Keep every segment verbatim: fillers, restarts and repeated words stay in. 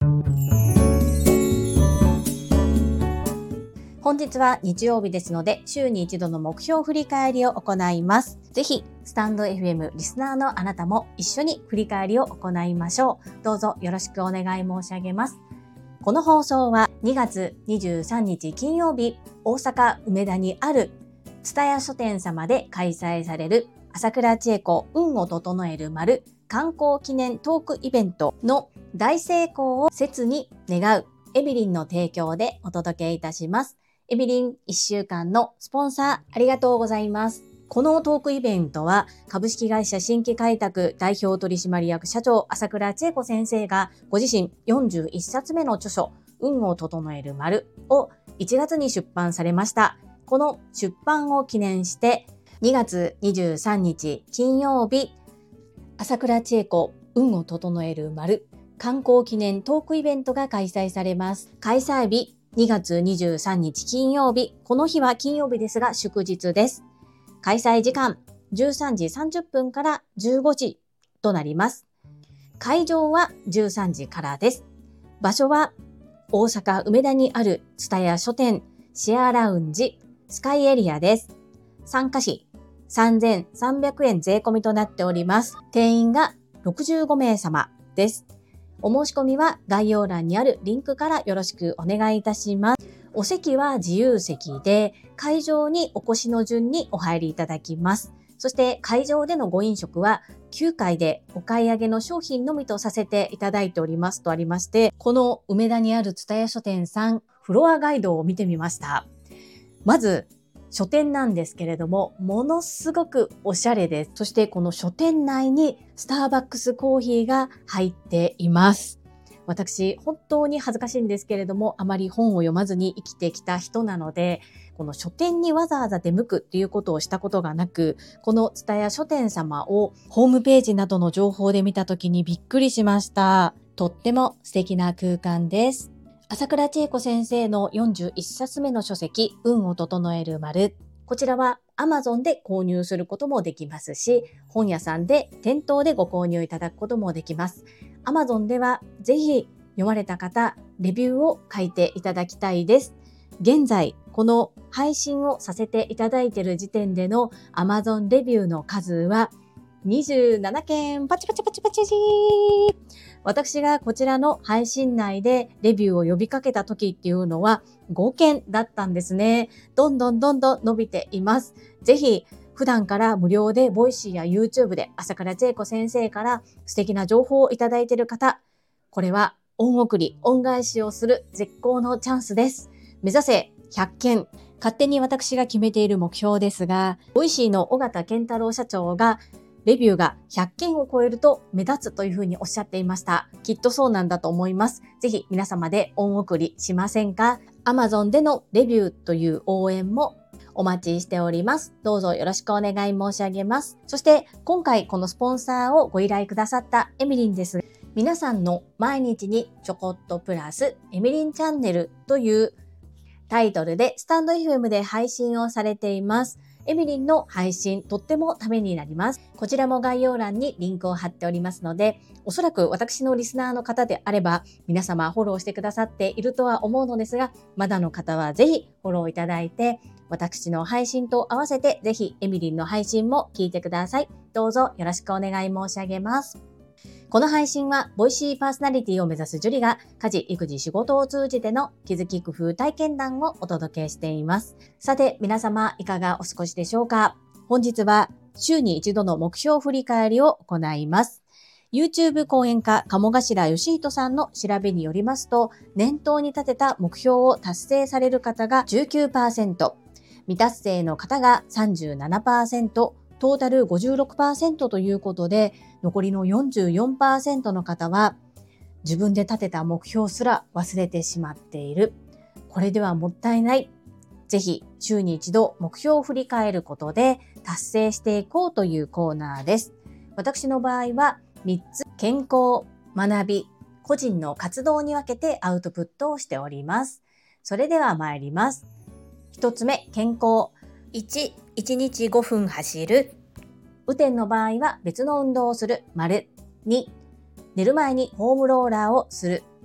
本日は日曜日ですので、週に一度の目標振り返りを行います。ぜひ、スタンド エフエム リスナーのあなたも一緒に振り返りを行いましょう。どうぞよろしくお願い申し上げます。この放送はにがつにじゅうさんにち金曜日、大阪梅田にある蔦屋書店様で開催される朝倉千恵子運を整える丸観光記念トークイベントの大成功を切に願うエミリンの提供でお届けいたします。エミリンいっしゅうかんのスポンサーありがとうございます。このトークイベントは株式会社新規開拓代表取締役社長朝倉千恵子先生がご自身よんじゅういっさつめの著書運を整える丸をいちがつに出版されました。この出版を記念してにがつにじゅうさんにち金曜日、朝倉千恵子運を整える丸観光記念トークイベントが開催されます。開催日にがつにじゅうさんにち金曜日、この日は金曜日ですが祝日です。開催時間じゅうさんじさんじゅっぷんからじゅうごじとなります。会場はじゅうさんじからです。場所は大阪梅田にある蔦屋書店シェアラウンジスカイエリアです。参加費さんぜんさんびゃくえん税込みとなっております。定員がろくじゅうごめいさまです。お申し込みは概要欄にあるリンクからよろしくお願いいたします。お席は自由席で、会場にお越しの順にお入りいただきます。そして会場でのご飲食はきゅうかいでお買い上げの商品のみとさせていただいておりますとありまして、この梅田にある蔦屋書店さんフロアガイドを見てみました。まず書店なんですけれども、ものすごくおしゃれです。そしてこの書店内にスターバックスコーヒーが入っています。私、本当に恥ずかしいんですけれども、あまり本を読まずに生きてきた人なので、この書店にわざわざ出向くっていうことをしたことがなく、この蔦屋書店様をホームページなどの情報で見たときにびっくりしました。とっても素敵な空間です。朝倉千恵子先生のよんじゅういっさつめの書籍、運を整える丸。こちらは Amazon で購入することもできますし、本屋さんで店頭でご購入いただくこともできます。Amazon ではぜひ読まれた方、レビューを書いていただきたいです。現在、この配信をさせていただいている時点での Amazon レビューの数はにじゅうななけん、パチパチパチパチジー。私がこちらの配信内でレビューを呼びかけた時っていうのはごけんだったんですね。どんどんどんどん伸びています。ぜひ普段から無料でボイシーや YouTube で朝倉千恵子先生から素敵な情報をいただいている方、これは恩送り、恩返しをする絶好のチャンスです。目指せひゃっけん。勝手に私が決めている目標ですが、ボイシーの尾形健太郎社長がレビューがひゃっけんを超えると目立つというふうにおっしゃっていました。きっとそうなんだと思います。ぜひ皆様で恩送りしませんか？ Amazon でのレビューという応援もお待ちしております。どうぞよろしくお願い申し上げます。そして今回このスポンサーをご依頼くださったエミリンです。皆さんの毎日にちょこっとプラスエミリンチャンネルというタイトルでスタンド エフエム で配信をされています。エミリンの配信、とってもためになります。こちらも概要欄にリンクを貼っておりますので、おそらく私のリスナーの方であれば、皆様フォローしてくださっているとは思うのですが、まだの方はぜひフォローいただいて、私の配信と合わせてぜひエミリンの配信も聞いてください。どうぞよろしくお願い申し上げます。この配信は、ボイシーパーソナリティを目指すジュリが、家事、育児、仕事を通じての気づき工夫体験談をお届けしています。さて、皆様、いかがお過ごしでしょうか？本日は、週に一度の目標振り返りを行います。YouTube 講演家、鴨頭義人さんの調べによりますと、念頭に立てた目標を達成される方が じゅうきゅうパーセント、未達成の方が さんじゅうななパーセント、トータル ごじゅうろくパーセント ということで、残りの よんじゅうよんパーセント の方は自分で立てた目標すら忘れてしまっている。これではもったいない。ぜひ週に一度目標を振り返ることで達成していこうというコーナーです。私の場合はみっつ、健康、学び、個人の活動に分けてアウトプットをしております。それでは参ります。ひとつめ、健康。いち、いちにちごふん走る。雨天の場合は別の運動をする。丸。に、寝る前にホームローラーをする。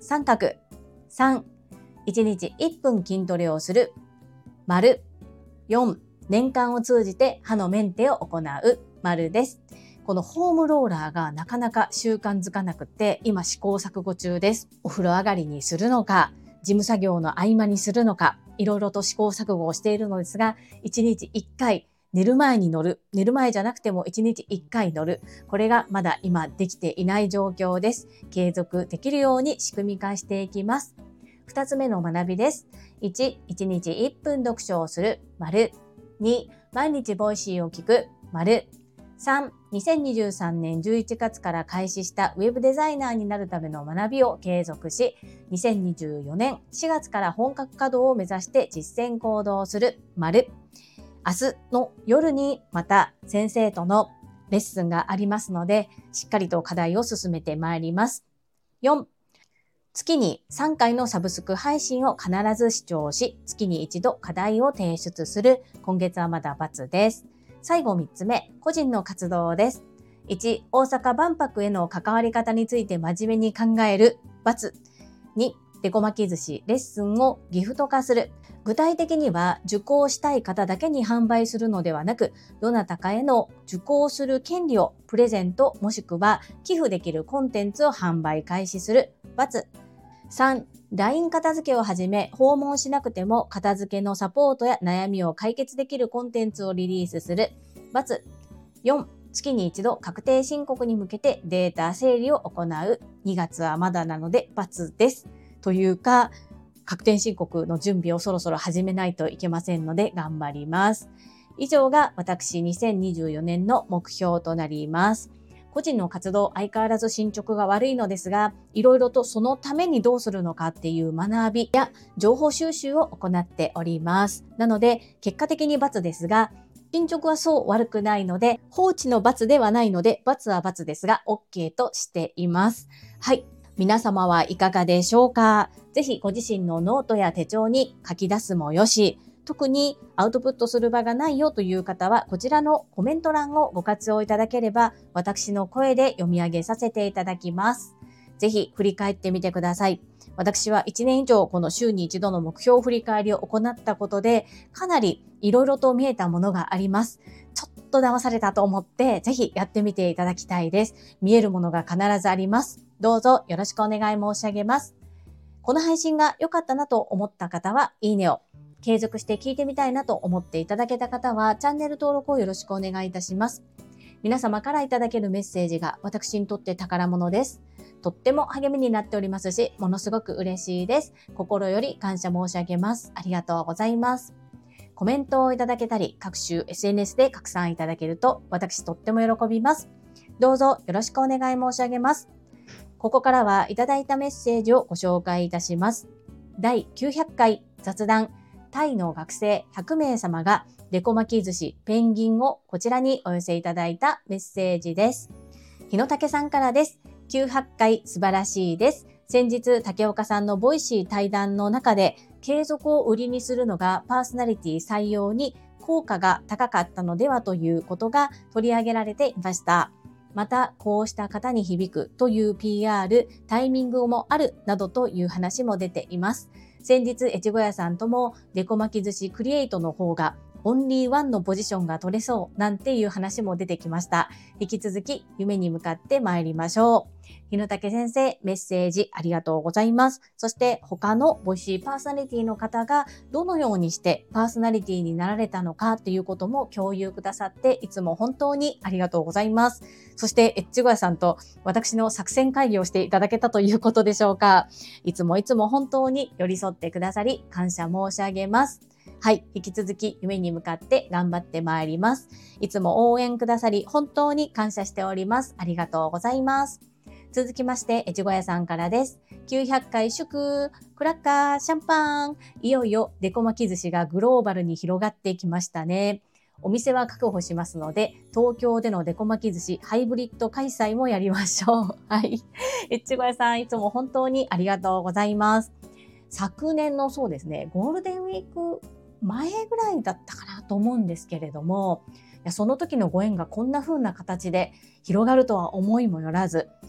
三角。さん、いちにちいっぷん筋トレをする。丸。よん、年間を通じて歯のメンテを行う。丸です。このホームローラーがなかなか習慣づかなくて、今試行錯誤中です。お風呂上がりにするのか、事務作業の合間にするのか、いろいろと試行錯誤をしているのですが、いちにちいっかい寝る前に乗る。寝る前じゃなくてもいちにちいっかい乗る。これがまだ今できていない状況です。継続できるように仕組み化していきます。ふたつめの学びです。いち、いちにちいっぷん読書をする。丸。に、毎日ボイシーを聞く。丸。さん、にせんにじゅうさんねんじゅういちがつから開始したウェブデザイナーになるための学びを継続し、にせんにじゅうよねんしがつから本格稼働を目指して実践行動する。丸。明日の夜にまた先生とのレッスンがありますので、しっかりと課題を進めてまいります。よん、月にさんかいのサブスク配信を必ず視聴し、月に一度課題を提出する。今月はまだ×です。最後みっつめ、個人の活動です。いち、大阪万博への関わり方について真面目に考える。×。に、デコ巻き寿司レッスンをギフト化する。具体的には受講したい方だけに販売するのではなく、どなたかへの受講する権利をプレゼントもしくは寄付できるコンテンツを販売開始する。×。さん、ライン 片付けをはじめ、訪問しなくても片付けのサポートや悩みを解決できるコンテンツをリリースする。×。よん、月に一度確定申告に向けてデータ整理を行う。にがつはまだなので×です。というか、確定申告の準備をそろそろ始めないといけませんので頑張ります。以上が私にせんにじゅうよねんの目標となります。個人の活動相変わらず進捗が悪いのですが、いろいろとそのためにどうするのかっていう学びや情報収集を行っております。なので結果的に×ですが、進捗はそう悪くないので、放置の×ではないので、×は×ですが OK としています。はい。皆様はいかがでしょうか？ぜひご自身のノートや手帳に書き出すもよし、特にアウトプットする場がないよという方は、こちらのコメント欄をご活用いただければ、私の声で読み上げさせていただきます。ぜひ振り返ってみてください。私はいちねん以上この週に一度の目標振り返りを行ったことで、かなりいろいろと見えたものがあります。ちょっと騙されたと思って、ぜひやってみていただきたいです。見えるものが必ずあります。どうぞよろしくお願い申し上げます。この配信が良かったなと思った方は、いいねを。継続して聞いてみたいなと思っていただけた方は、チャンネル登録をよろしくお願いいたします。皆様からいただけるメッセージが私にとって宝物です。とっても励みになっておりますし、ものすごく嬉しいです。心より感謝申し上げます。ありがとうございます。コメントをいただけたり、各種 エスエヌエス で拡散いただけると、私とっても喜びます。どうぞよろしくお願い申し上げます。ここからはいただいたメッセージをご紹介いたします。だいきゅうひゃっかい雑談、タイの学生ひゃくめい様がデコ巻き寿司ペンギンをこちらにお寄せいただいたメッセージです。日野武さんからです。きゅうひゃっかい素晴らしいです。先日竹岡さんのボイシー対談の中で継続を売りにするのがパーソナリティ採用に効果が高かったのではということが取り上げられていました。また、こうした方に響くという ピーアール、タイミングもあるなどという話も出ています。先日、越後屋さんともデコ巻き寿司クリエイトの方がオンリーワンのポジションが取れそうなんていう話も出てきました。引き続き夢に向かって参りましょう。日野武先生、メッセージありがとうございます。そして他のボイシーパーソナリティの方がどのようにしてパーソナリティになられたのかということも共有くださっていつも本当にありがとうございます。そして越後屋さんと私の作戦会議をしていただけたということでしょうか。いつもいつも本当に寄り添ってくださり感謝申し上げます。はい。引き続き夢に向かって頑張ってまいります。いつも応援くださり本当に感謝しております。ありがとうございます。続きまして、越後屋さんからです。きゅうひゃっかい祝、クラッカー、シャンパン。いよいよデコ巻き寿司がグローバルに広がってきましたね。お店は確保しますので、東京でのデコ巻き寿司ハイブリッド開催もやりましょう。はい。越後屋さん、いつも本当にありがとうございます。昨年のそうですね、ゴールデンウィーク前ぐらいだったかなと思うんですけれども、いやその時のご縁がこんな風な形で広がるとは思いもよらず、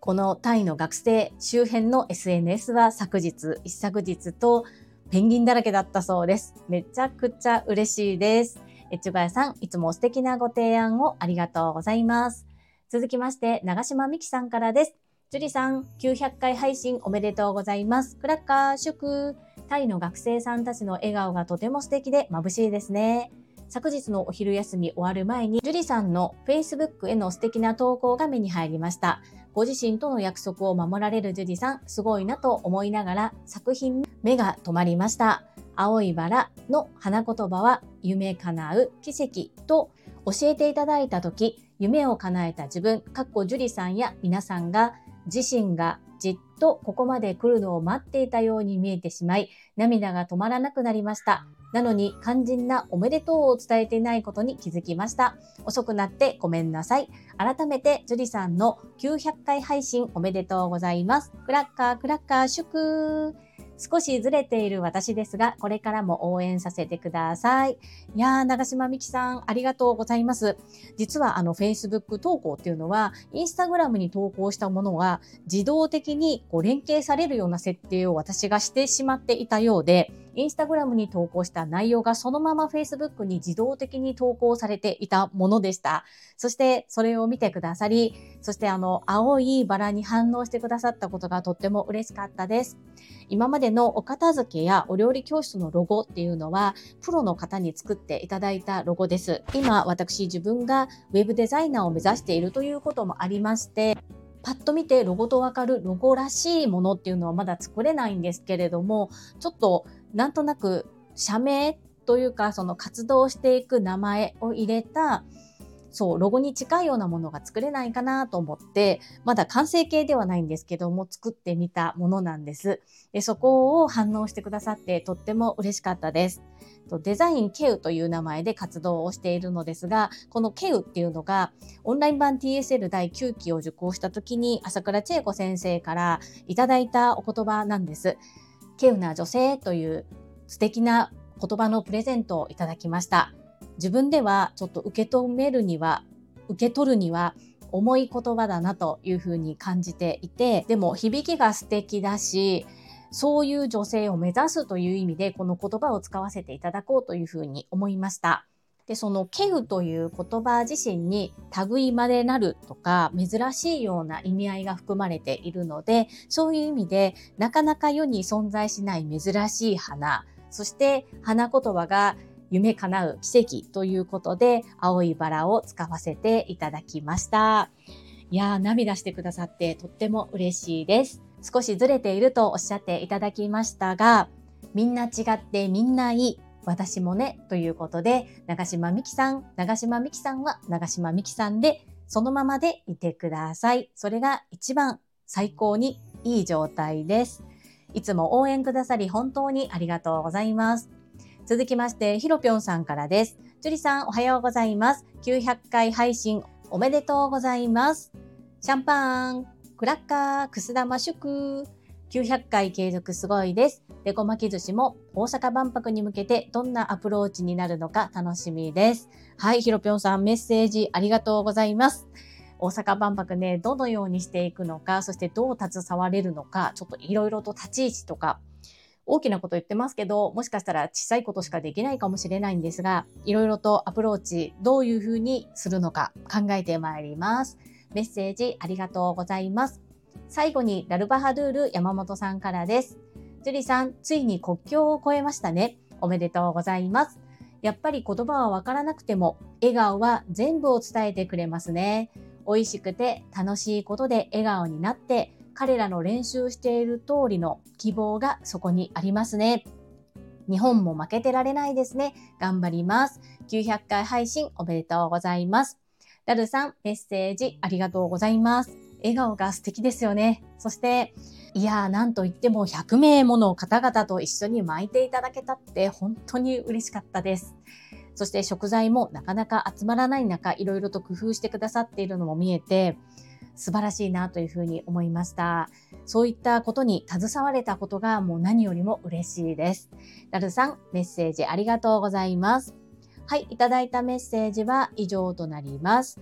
このタイの学生周辺の エスエヌエス は昨日、一昨日とペンギンだらけだったそうです。めちゃくちゃ嬉しいです。越後屋さん、いつも素敵なご提案をありがとうございます。続きまして、長島美希さんからです。ジュリさん、きゅうひゃっかい配信おめでとうございます。クラッカー、祝。タイの学生さんたちの笑顔がとても素敵で眩しいですね。昨日のお昼休み終わる前に、ジュリさんの Facebook への素敵な投稿が目に入りました。ご自身との約束を守られるジュリさん、すごいなと思いながら作品に目が止まりました。青いバラの花言葉は夢叶う奇跡と教えていただいたとき、夢を叶えた自分、かっこジュリさんや皆さんが自身がじっとここまで来るのを待っていたように見えてしまい、涙が止まらなくなりました。なのに肝心なおめでとうを伝えていないことに気づきました。遅くなってごめんなさい。改めてジュリさんのきゅうひゃっかい配信おめでとうございます。クラッカークラッカー祝。少しずれている私ですが、これからも応援させてください。いやー、長島美希さん、ありがとうございます。実はあの Facebook 投稿っていうのは、Instagram に投稿したものが自動的にこう連携されるような設定を私がしてしまっていたようで、Instagram に投稿した内容がそのまま Facebook に自動的に投稿されていたものでした。そしてそれを見てくださり、そしてあの青いバラに反応してくださったことがとっても嬉しかったです。今までのお片付けやお料理教室のロゴっていうのはプロの方に作っていただいたロゴです。今私自分がウェブデザイナーを目指しているということもありまして、パッと見てロゴとわかるロゴらしいものっていうのはまだ作れないんですけれども、ちょっとなんとなく社名というかその活動していく名前を入れたそう、ロゴに近いようなものが作れないかなと思って、まだ完成形ではないんですけども、作ってみたものなんです。で、そこを反応してくださってとっても嬉しかったです。デザインケウという名前で活動をしているのですが、このケウっていうのが、オンライン版 ティーエスエルだいきゅうきを受講した時に、朝倉千恵子先生からいただいたお言葉なんです。ケウな女性という素敵な言葉のプレゼントをいただきました。自分ではちょっと受け止めるには、受け取るには重い言葉だなというふうに感じていて、でも響きが素敵だし、そういう女性を目指すという意味でこの言葉を使わせていただこうというふうに思いました。で、そのケウという言葉自身に類まれなるとか珍しいような意味合いが含まれているので、そういう意味でなかなか世に存在しない珍しい花、そして花言葉が夢叶う奇跡ということで青いバラを使わせていただきました。いやー、涙してくださってとっても嬉しいです。少しずれているとおっしゃっていただきましたが、みんな違ってみんないい、私もねということで、長島美希さん、長島美希さんは長島美希さんでそのままでいてください。それが一番最高にいい状態です。いつも応援くださり本当にありがとうございます。続きまして、ひろぴょんさんからです。ジュリさん、おはようございます。きゅうひゃっかい配信おめでとうございます。シャンパン、クラッカー、くす玉祝。きゅうひゃっかい継続すごいです。デコ巻き寿司も大阪万博に向けてどんなアプローチになるのか楽しみです。はい、ひろぴょんさん、メッセージありがとうございます。大阪万博ね、どのようにしていくのか、そしてどう携われるのか、ちょっといろいろと立ち位置とか、大きなこと言ってますけど、もしかしたら小さいことしかできないかもしれないんですが、いろいろとアプローチ、どういうふうにするのか考えてまいります。メッセージありがとうございます。最後にラルバハドゥール山本さんからです。ジュリさん、ついに国境を越えましたね。おめでとうございます。やっぱり言葉はわからなくても、笑顔は全部を伝えてくれますね。美味しくて楽しいことで笑顔になって、彼らの練習している通りの希望がそこにありますね。日本も負けてられないですね。頑張ります。きゅうひゃっかい配信おめでとうございます。ラルさん、メッセージありがとうございます。笑顔が素敵ですよね。そして、いやー、なんといってもひゃくめいもの方々と一緒に巻いていただけたって本当に嬉しかったです。そして食材もなかなか集まらない中、いろいろと工夫してくださっているのも見えて、素晴らしいなというふうに思いました。そういったことに携われたことがもう何よりも嬉しいです。ラルさん、メッセージありがとうございます。はい、いただいたメッセージは以上となります。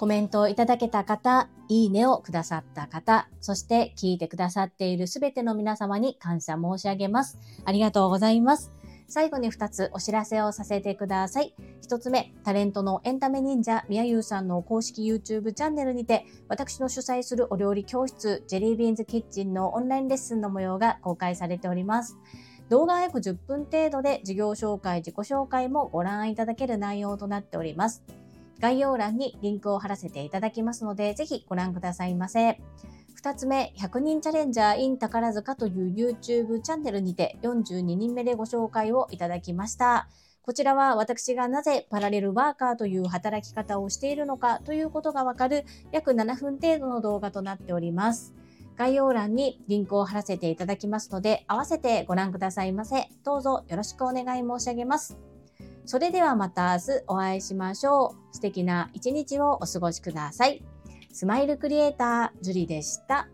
コメントをいただけた方、いいねをくださった方、そして聞いてくださっているすべての皆様に感謝申し上げます。ありがとうございます。最後にふたつお知らせをさせてください。ひとつめ、タレントのエンタメ忍者みやゆうさんの公式 YouTube チャンネルにて、私の主催するお料理教室、ジェリービーンズキッチンのオンラインレッスンの模様が公開されております。動画は約じゅっぷん程度で事業紹介、自己紹介もご覧いただける内容となっております。概要欄にリンクを貼らせていただきますので、ぜひご覧くださいませ。二つ目、ひゃくにんチャレンジャー in 宝塚という YouTube チャンネルにてよんじゅうににんめでご紹介をいただきました。こちらは私がなぜパラレルワーカーという働き方をしているのかということがわかる約ななふん程度の動画となっております。概要欄にリンクを貼らせていただきますので、合わせてご覧くださいませ。どうぞよろしくお願い申し上げます。それではまた明日お会いしましょう。素敵な一日をお過ごしください。スマイルクリエイター、ジュリでした。